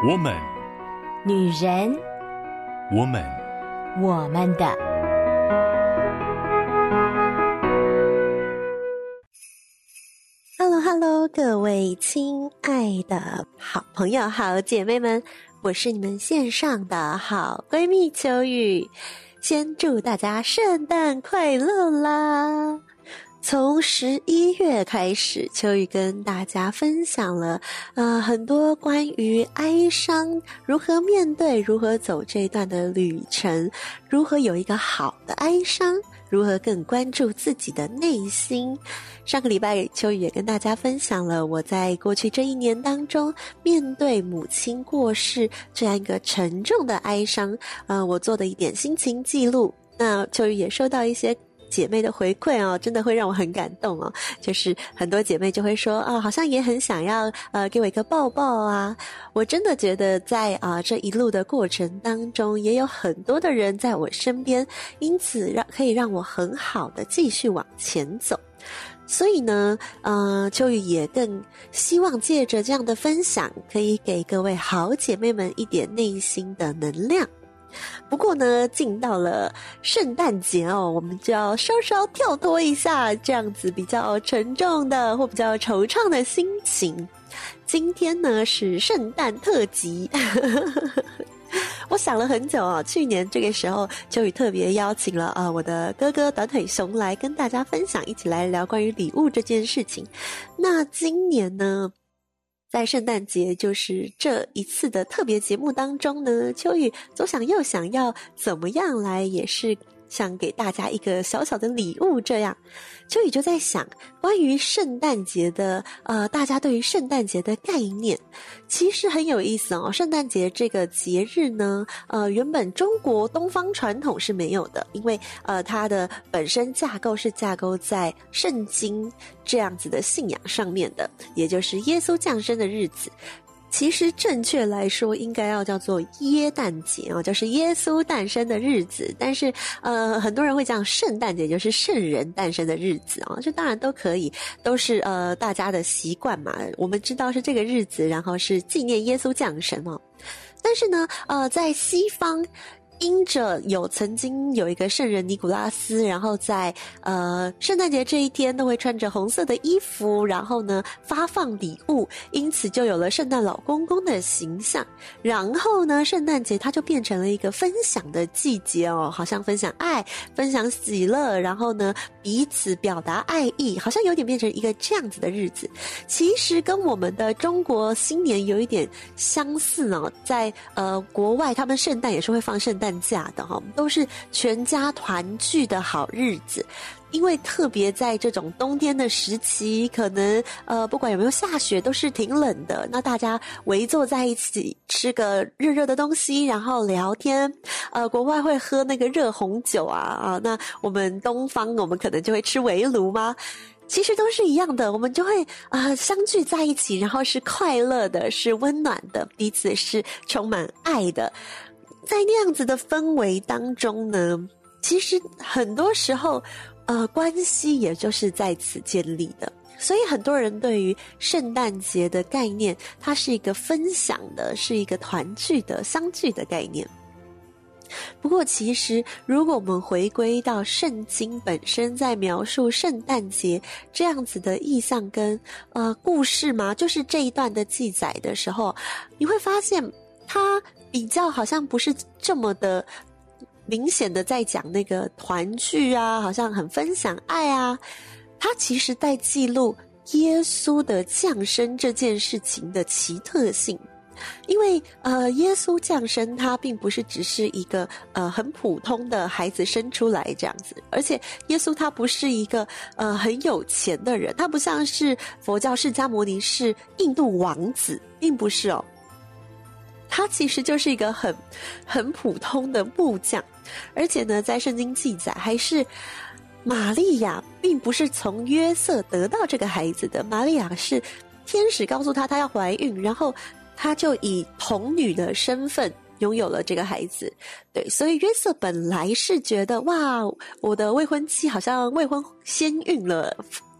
我们， 女人， 我们， 我们的。 Hello， 各位亲爱的好朋友、好姐妹们，我是你们线上的好闺蜜秋雨。先祝大家圣诞快乐啦！从11月开始，秋雨跟大家分享了很多关于哀伤如何面对、如何走这一段的旅程，如何有一个好的哀伤，如何更关注自己的内心。上个礼拜秋雨也跟大家分享了我在过去这一年当中面对母亲过世这样一个沉重的哀伤，我做的一点心情记录。那秋雨也收到一些姐妹的回馈哦，真的会让我很感动哦。就是很多姐妹就会说好像也很想要给我一个抱抱啊。我真的觉得在这一路的过程当中，也有很多的人在我身边，因此可以让我很好的继续往前走。所以呢秋雨也更希望借着这样的分享，可以给各位好姐妹们一点内心的能量。不过呢，进到了圣诞节哦，我们就要稍稍跳脱一下这样子比较沉重的或比较惆怅的心情。今天呢是圣诞特辑我想了很久哦，去年这个时候秋雨特别邀请了我的哥哥短腿熊来跟大家分享，一起来聊关于礼物这件事情。那今年呢，在圣诞节就是这一次的特别节目当中呢，秋雨左想右想要怎么样来，也是想给大家一个小小的礼物。这样秋雨就在想，关于圣诞节的大家对于圣诞节的概念其实很有意思哦。圣诞节这个节日呢原本中国东方传统是没有的，因为它的本身架构是架构在圣经这样子的信仰上面的，也就是耶稣降生的日子。其实正确来说应该要叫做耶诞节就是耶稣诞生的日子，但是很多人会讲圣诞节就是圣人诞生的日子这当然都可以，都是大家的习惯嘛。我们知道是这个日子，然后是纪念耶稣降生但是呢在西方因着曾经有一个圣人尼古拉斯，然后在圣诞节这一天都会穿着红色的衣服，然后呢发放礼物，因此就有了圣诞老公公的形象。然后呢圣诞节它就变成了一个分享的季节好像分享爱，分享喜乐，然后呢彼此表达爱意，好像有点变成一个这样子的日子。其实跟我们的中国新年有一点相似在国外他们圣诞也是会放圣诞假的都是全家团聚的好日子。因为特别在这种冬天的时期，可能不管有没有下雪都是挺冷的，那大家围坐在一起吃个热热的东西，然后聊天。国外会喝那个热红酒那我们东方我们可能就会吃围炉吗？其实都是一样的，我们就会相聚在一起，然后是快乐的，是温暖的，彼此是充满爱的。在那样子的氛围当中呢，其实很多时候关系也就是在此建立的。所以很多人对于圣诞节的概念，它是一个分享的，是一个团聚的相聚的概念。不过其实如果我们回归到圣经本身在描述圣诞节这样子的意象跟故事嘛，就是这一段的记载的时候，你会发现它比较好像不是这么的明显的在讲那个团聚好像很分享爱它其实在记录耶稣的降生这件事情的奇特性。因为耶稣降生他并不是只是一个很普通的孩子生出来这样子，而且耶稣他不是一个很有钱的人，他不像是佛教释迦牟尼是印度王子，并不是他其实就是一个很普通的木匠。而且呢在圣经记载还是玛利亚并不是从约瑟得到这个孩子的，玛利亚是天使告诉她要怀孕，然后她就以童女的身份拥有了这个孩子。对，所以约瑟本来是觉得哇，我的未婚妻好像未婚先孕了，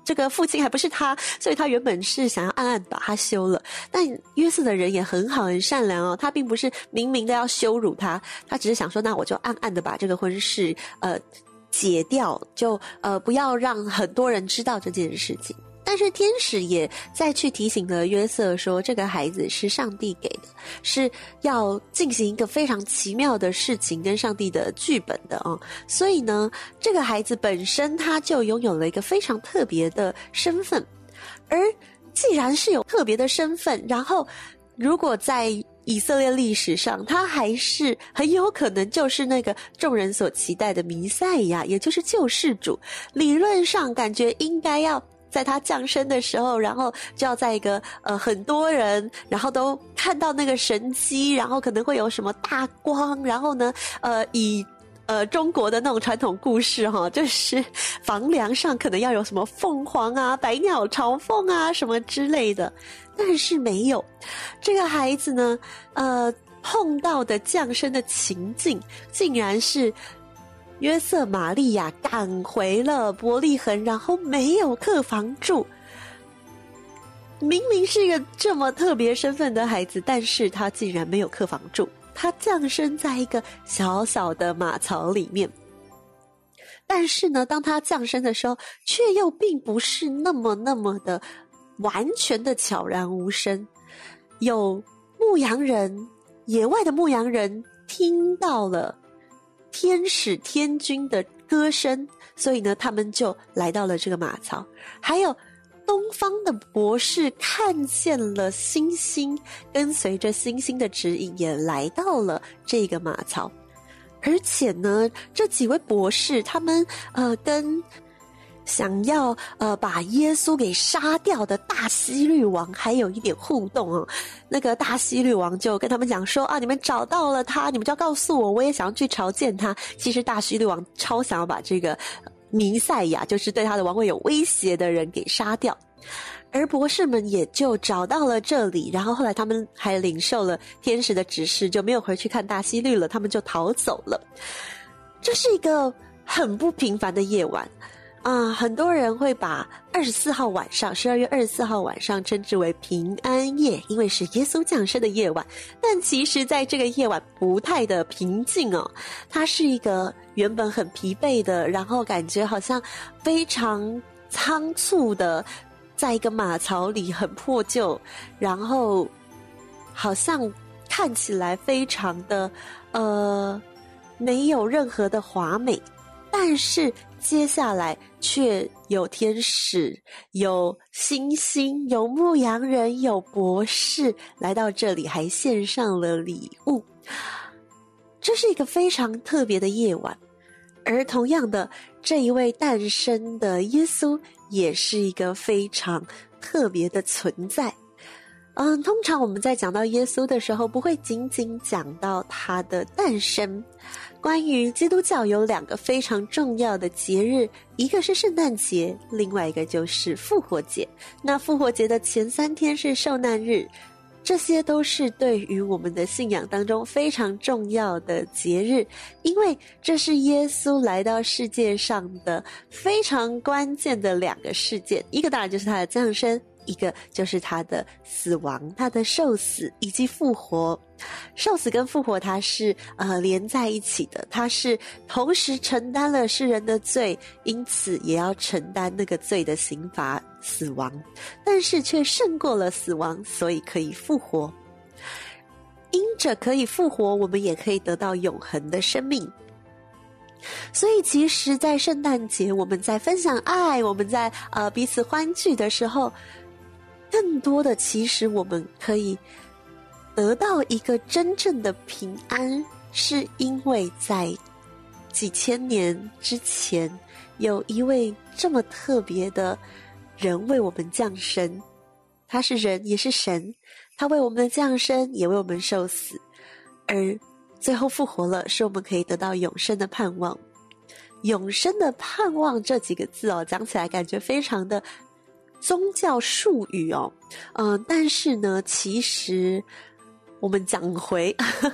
这个父亲还不是他，所以他原本是想要暗暗把他休了。但约瑟的人也很好很善良哦，他并不是明明的要羞辱他，他只是想说那我就暗暗的把这个婚事解掉，就不要让很多人知道这件事情。但是天使也再去提醒了约瑟说，这个孩子是上帝给的，是要进行一个非常奇妙的事情跟上帝的剧本的哦。所以呢，这个孩子本身他就拥有了一个非常特别的身份。而既然是有特别的身份，然后如果在以色列历史上，他还是很有可能就是那个众人所期待的弥赛亚，也就是救世主。理论上感觉应该要在他降生的时候，然后就要在一个很多人然后都看到那个神迹，然后可能会有什么大光，然后呢以中国的那种传统故事哈，就是房梁上可能要有什么凤凰啊、百鸟朝凤啊什么之类的。但是没有，这个孩子呢碰到的降生的情境竟然是约瑟玛利亚赶回了伯利恒，然后没有客房住。明明是一个这么特别身份的孩子，但是他竟然没有客房住，他降生在一个小小的马槽里面。但是呢，当他降生的时候，却又并不是那么的完全的悄然无声。有牧羊人，野外的牧羊人听到了天使天君的歌声，所以呢他们就来到了这个马槽。还有东方的博士看见了星星，跟随着星星的指引也来到了这个马槽。而且呢，这几位博士他们跟想要把耶稣给杀掉的大希律王还有一点互动哦。那个大希律王就跟他们讲说啊，你们找到了他，你们就要告诉我，我也想要去朝见他。其实大希律王超想要把这个弥赛亚，就是对他的王位有威胁的人给杀掉。而博士们也就找到了这里，然后后来他们还领受了天使的指示，就没有回去看大希律了，他们就逃走了。这是一个很不平凡的夜晚很多人会把24号晚上，12月24号晚上称之为平安夜，因为是耶稣降生的夜晚。但其实在这个夜晚不太的平静哦，它是一个原本很疲惫的，然后感觉好像非常仓促的，在一个马槽里很破旧，然后好像看起来非常的没有任何的华美。但是接下来却有天使，有星星，有牧羊人，有博士来到这里，还献上了礼物。这是一个非常特别的夜晚。而同样的，这一位诞生的耶稣也是一个非常特别的存在。通常我们在讲到耶稣的时候，不会仅仅讲到他的诞生。关于基督教有2个非常重要的节日，一个是圣诞节，另外一个就是复活节。那复活节的前3天是受难日，这些都是对于我们的信仰当中非常重要的节日，因为这是耶稣来到世界上的非常关键的2个事件，一个当然就是他的降生，一个就是他的死亡，他的受死以及复活。受死跟复活它是连在一起的，它是同时承担了世人的罪，因此也要承担那个罪的刑罚，死亡，但是却胜过了死亡，所以可以复活。因着可以复活，我们也可以得到永恒的生命。所以其实在圣诞节，我们在分享爱，我们在彼此欢聚的时候，更多的其实我们可以得到一个真正的平安，是因为在几千年之前，有一位这么特别的人为我们降生。他是人也是神，他为我们的降生也为我们受死，而最后复活了，使我们可以得到永生的盼望。永生的盼望这几个字讲起来感觉非常的宗教术语但是呢，其实我们讲回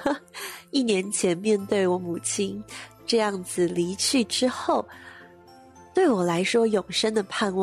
1年前面对我母亲这样子离去之后，对我来说永生的盼望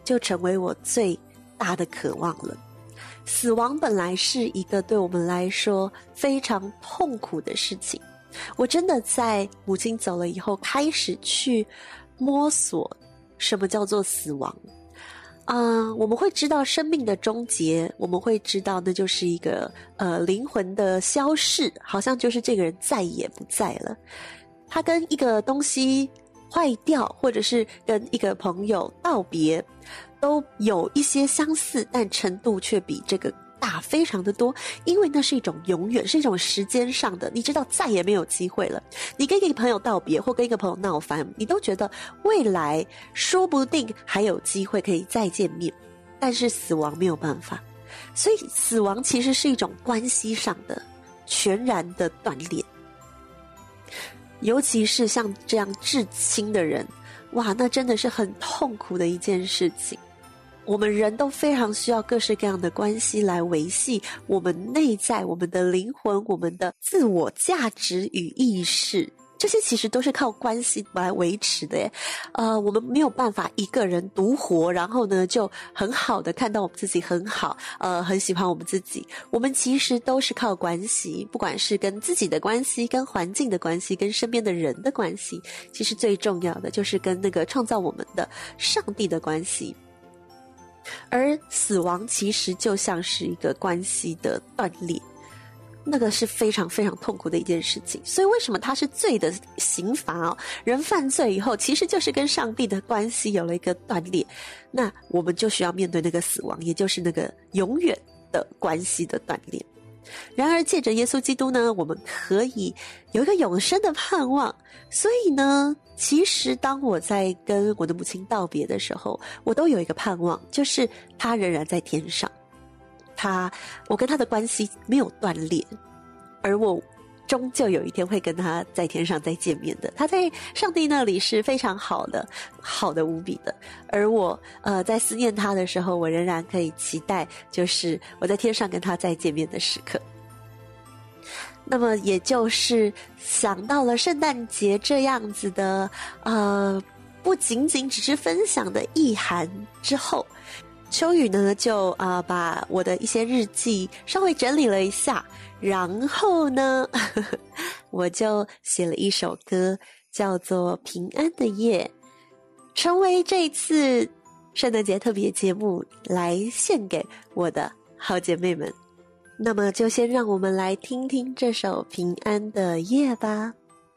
就成为我最大的渴望了。死亡本来是一个对我们来说非常痛苦的事情，我真的在母亲走了以后开始去摸索什么叫做死亡。我们会知道生命的终结，我们会知道那就是一个灵魂的消逝，好像就是这个人再也不在了。他跟一个东西坏掉，或者是跟一个朋友道别，都有一些相似，但程度却比这个大非常的多，因为那是一种永远，是一种时间上的，你知道再也没有机会了。你跟一个朋友道别，或跟一个朋友闹翻，你都觉得未来说不定还有机会可以再见面，但是死亡没有办法。所以死亡其实是一种关系上的全然的断裂，尤其是像这样至亲的人，哇，那真的是很痛苦的一件事情。我们人都非常需要各式各样的关系来维系我们内在、我们的灵魂、我们的自我价值与意识，这些其实都是靠关系来维持的耶。我们没有办法一个人独活，然后呢就很好的看到我们自己很好，很喜欢我们自己。我们其实都是靠关系，不管是跟自己的关系、跟环境的关系、跟身边的人的关系，其实最重要的就是跟那个创造我们的上帝的关系。而死亡其实就像是一个关系的断裂，那个是非常非常痛苦的一件事情。所以为什么它是罪的刑罚哦？人犯罪以后其实就是跟上帝的关系有了一个断裂，那我们就需要面对那个死亡，也就是那个永远的关系的断裂。然而借着耶稣基督呢，我们可以有一个永生的盼望。所以呢，其实当我在跟我的母亲道别的时候，我都有一个盼望，就是她仍然在天上，我跟她的关系没有断裂，而我终究有一天会跟她在天上再见面的。她在上帝那里是非常好的，好的无比的。而我在思念她的时候，我仍然可以期待，就是我在天上跟她再见面的时刻。那么也就是想到了圣诞节这样子的不仅仅只是分享的意涵之后，秋雨呢就把我的一些日记稍微整理了一下，然后呢我就写了一首歌，叫做《平安的夜》，成为这一次圣诞节特别节目来献给我的好姐妹们。那么就先让我们来听听这首《平安的夜》吧。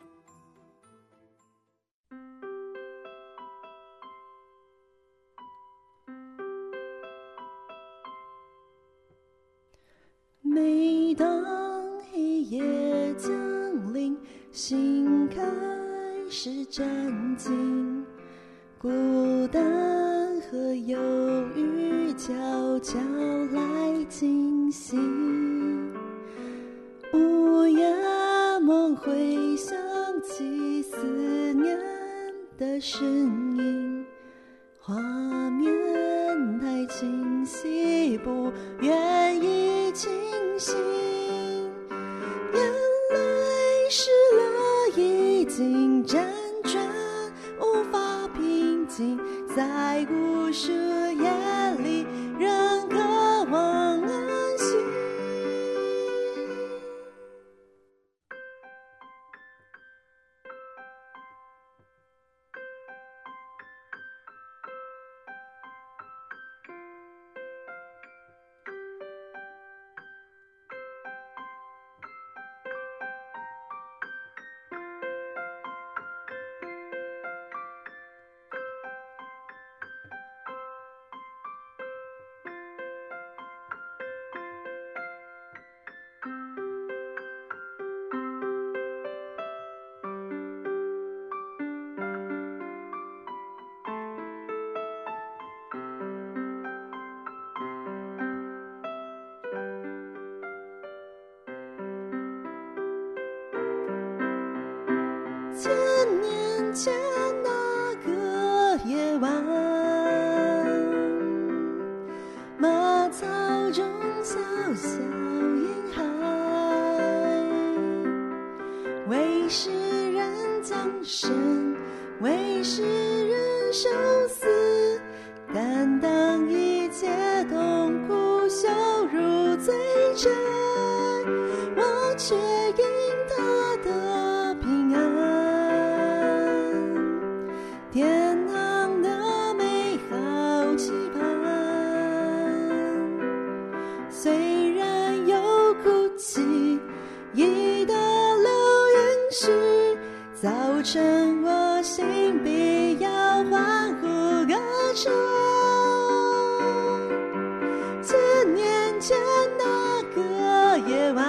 每当黑夜降临，心开始战兢，孤单和忧郁悄悄来侵袭，午夜梦回想起思念的身影，画面太清晰，不愿意清醒，眼泪湿了已经辗转无法平静，在无数夜里仍渴望安息。千年前那个夜晚，马槽中小小婴孩，为世人降生，为世人受死，淡淡却因他的平安，天堂的美好期盼。虽然有哭泣，已得了允许，早晨我心必要欢呼歌唱。千年前那个夜晚，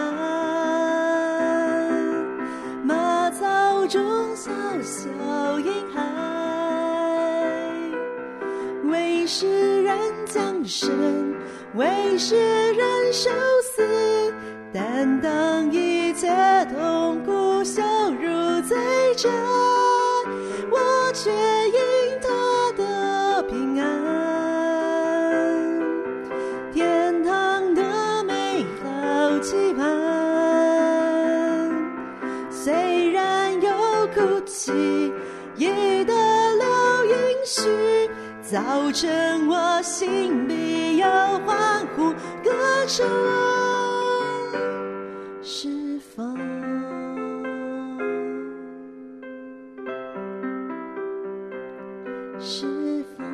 马槽中小小婴孩，为世人降生，为世人受死，担当一切痛苦羞辱罪责，我却因他的平安，天堂的美好期盼。虽然有哭泣，也得了允许，早晨我心里有欢呼歌唱。释放，释放。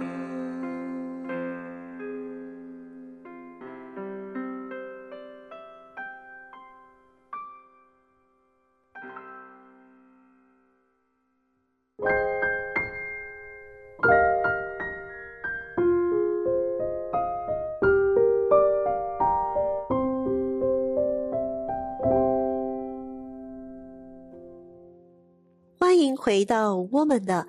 欢迎回到我们的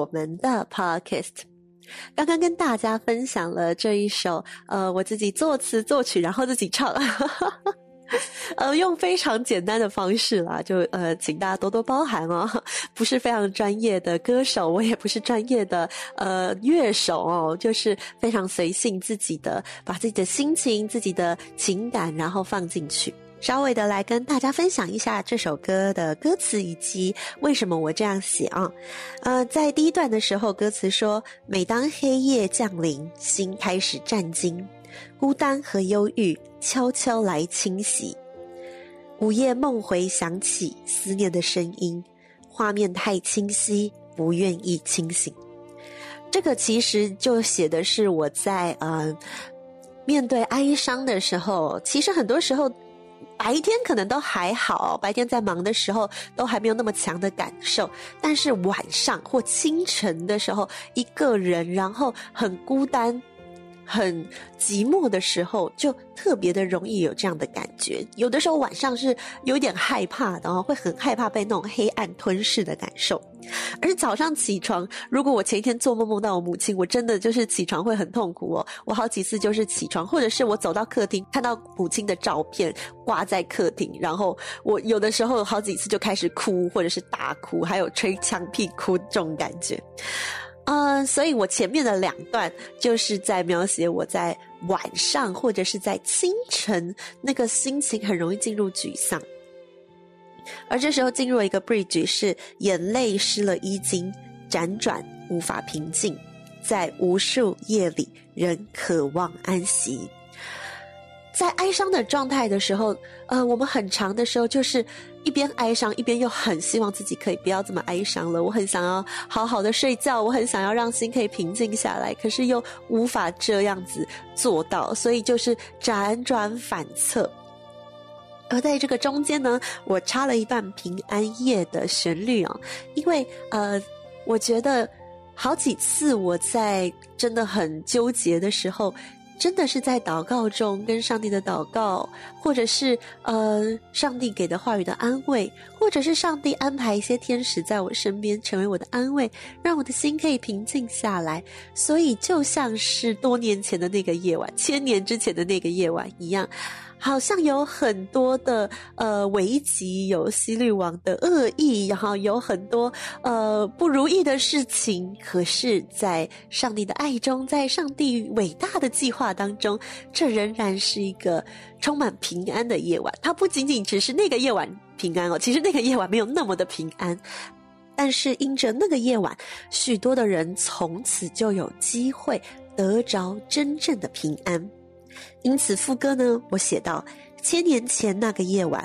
Podcast。刚刚跟大家分享了这一首我自己作词作曲然后自己唱用非常简单的方式啦，就请大家多多包涵哦，不是非常专业的歌手，我也不是专业的乐手哦，就是非常随性自己的，把自己的心情自己的情感然后放进去。稍微的来跟大家分享一下这首歌的歌词以及为什么我这样写啊。在第一段的时候，歌词说，每当黑夜降临，心开始战惊，孤单和忧郁悄悄来侵袭，午夜梦回响起思念的声音，画面太清晰，不愿意清醒。这个其实就写的是我在面对哀伤的时候，其实很多时候白天可能都还好，白天在忙的时候都还没有那么强的感受，但是晚上或清晨的时候，一个人然后很孤单很寂寞的时候，就特别的容易有这样的感觉。有的时候晚上是有点害怕的，会很害怕被那种黑暗吞噬的感受。而早上起床，如果我前一天做梦梦到我母亲，我真的就是起床会很痛苦哦。我好几次就是起床，或者是我走到客厅看到母亲的照片挂在客厅，然后我有的时候好几次就开始哭，或者是大哭，还有吹墙屁哭这种感觉。所以我前面的两段就是在描写我在晚上或者是在清晨那个心情很容易进入沮丧，而这时候进入了一个 bridge， 是眼泪湿了衣襟，辗转无法平静，在无数夜里仍渴望安息。在哀伤的状态的时候，我们很长的时候就是一边哀伤一边又很希望自己可以不要这么哀伤了，我很想要好好的睡觉，我很想要让心可以平静下来，可是又无法这样子做到，所以就是辗转反侧。而在这个中间呢，我插了一段平安夜的旋律哦，因为我觉得好几次我在真的很纠结的时候，真的是在祷告中跟上帝的祷告，或者是上帝给的话语的安慰，或者是上帝安排一些天使在我身边成为我的安慰，让我的心可以平静下来。所以就像是多年前的那个夜晚，1000年之前的那个夜晚一样，好像有很多的危机，有希律王的恶意，然后有很多不如意的事情，可是在上帝的爱中，在上帝伟大的计划当中，这仍然是一个充满平安的夜晚。它不仅仅只是那个夜晚平安哦，其实那个夜晚没有那么的平安，但是因着那个夜晚，许多的人从此就有机会得着真正的平安。因此副歌呢，我写到1000年前那个夜晚，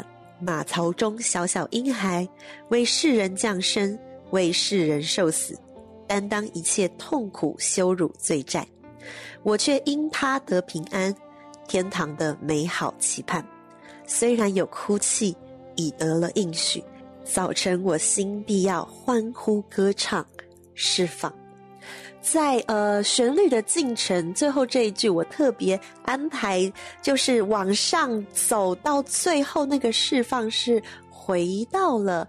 马槽中小小婴孩，为世人降生，为世人受死，担当一切痛苦羞辱罪债，我却因他得平安，天堂的美好期盼。虽然有哭泣，已得了应许，早晨我心必要欢呼歌唱，释放。在旋律的进程最后这一句，我特别安排就是往上走到最后那个释放是回到了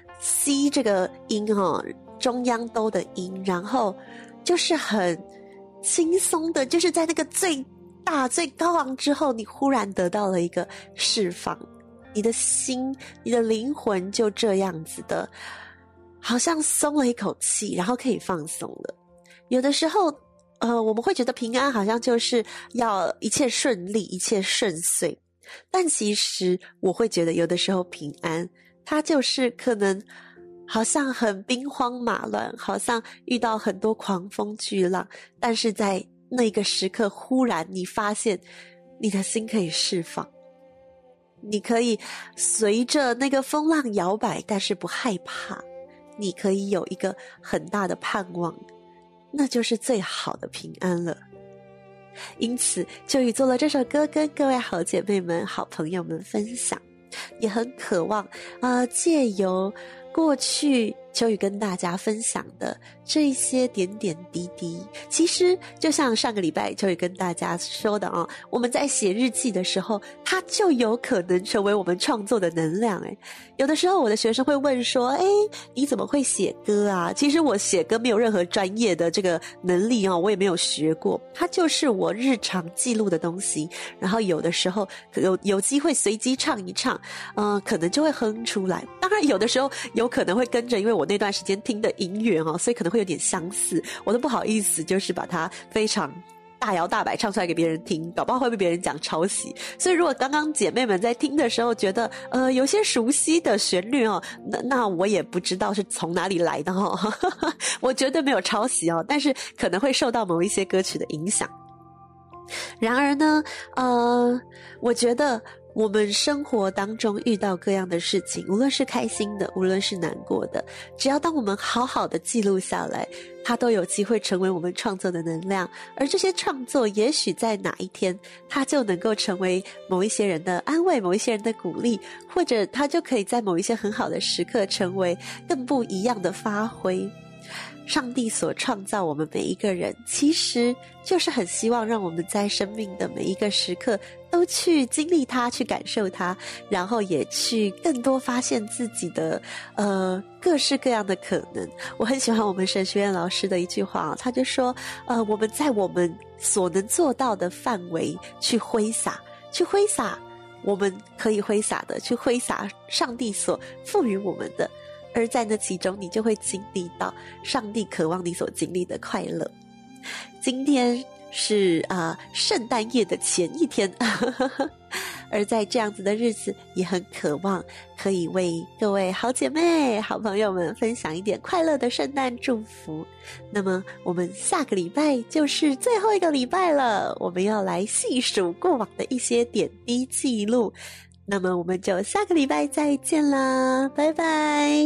C 这个音中央兜的音，然后就是很轻松的，就是在那个最大最高昂之后，你忽然得到了一个释放，你的心你的灵魂就这样子的好像松了一口气，然后可以放松了。有的时候我们会觉得平安好像就是要一切顺利一切顺遂，但其实我会觉得有的时候平安它就是可能好像很兵荒马乱，好像遇到很多狂风巨浪，但是在那个时刻忽然你发现你的心可以释放，你可以随着那个风浪摇摆，但是不害怕，你可以有一个很大的盼望，那就是最好的平安了。因此秋雨做了这首歌跟各位好姐妹们好朋友们分享，也很渴望借由过去秋雨跟大家分享的这一些点点滴滴，其实就像上个礼拜秋雨跟大家说的我们在写日记的时候，它就有可能成为我们创作的能量。有的时候我的学生会问说你怎么会写歌啊？其实我写歌没有任何专业的这个能力我也没有学过，它就是我日常记录的东西，然后有的时候有机会随机唱一唱可能就会哼出来。当然有的时候有可能会跟着因为我那段时间听的音乐所以可能会有点相似，我都不好意思就是把它非常大摇大摆唱出来给别人听，搞不好会被别人讲抄袭。所以如果刚刚姐妹们在听的时候觉得有些熟悉的旋律那我也不知道是从哪里来的我绝对没有抄袭但是可能会受到某一些歌曲的影响。然而呢我觉得我们生活当中遇到各样的事情，无论是开心的无论是难过的，只要当我们好好的记录下来，它都有机会成为我们创作的能量，而这些创作也许在哪一天它就能够成为某一些人的安慰，某一些人的鼓励，或者它就可以在某一些很好的时刻成为更不一样的发挥。上帝所创造我们每一个人，其实就是很希望让我们在生命的每一个时刻都去经历它，去感受它，然后也去更多发现自己的各式各样的可能。我很喜欢我们神学院老师的一句话他就说我们在我们所能做到的范围去挥洒我们可以挥洒的，去挥洒上帝所赋予我们的，而在那其中你就会经历到上帝渴望你所经历的快乐。今天是圣诞夜的前一天而在这样子的日子也很渴望可以为各位好姐妹好朋友们分享一点快乐的圣诞祝福。那么我们下个礼拜就是最后一个礼拜了，我们要来细数过往的一些点滴记录，那么我们就下个礼拜再见啦，拜拜。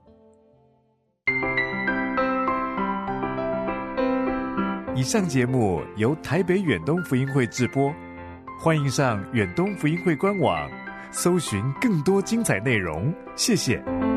以上节目由台北远东福音会制播，欢迎上远东福音会官网搜寻更多精彩内容，谢谢。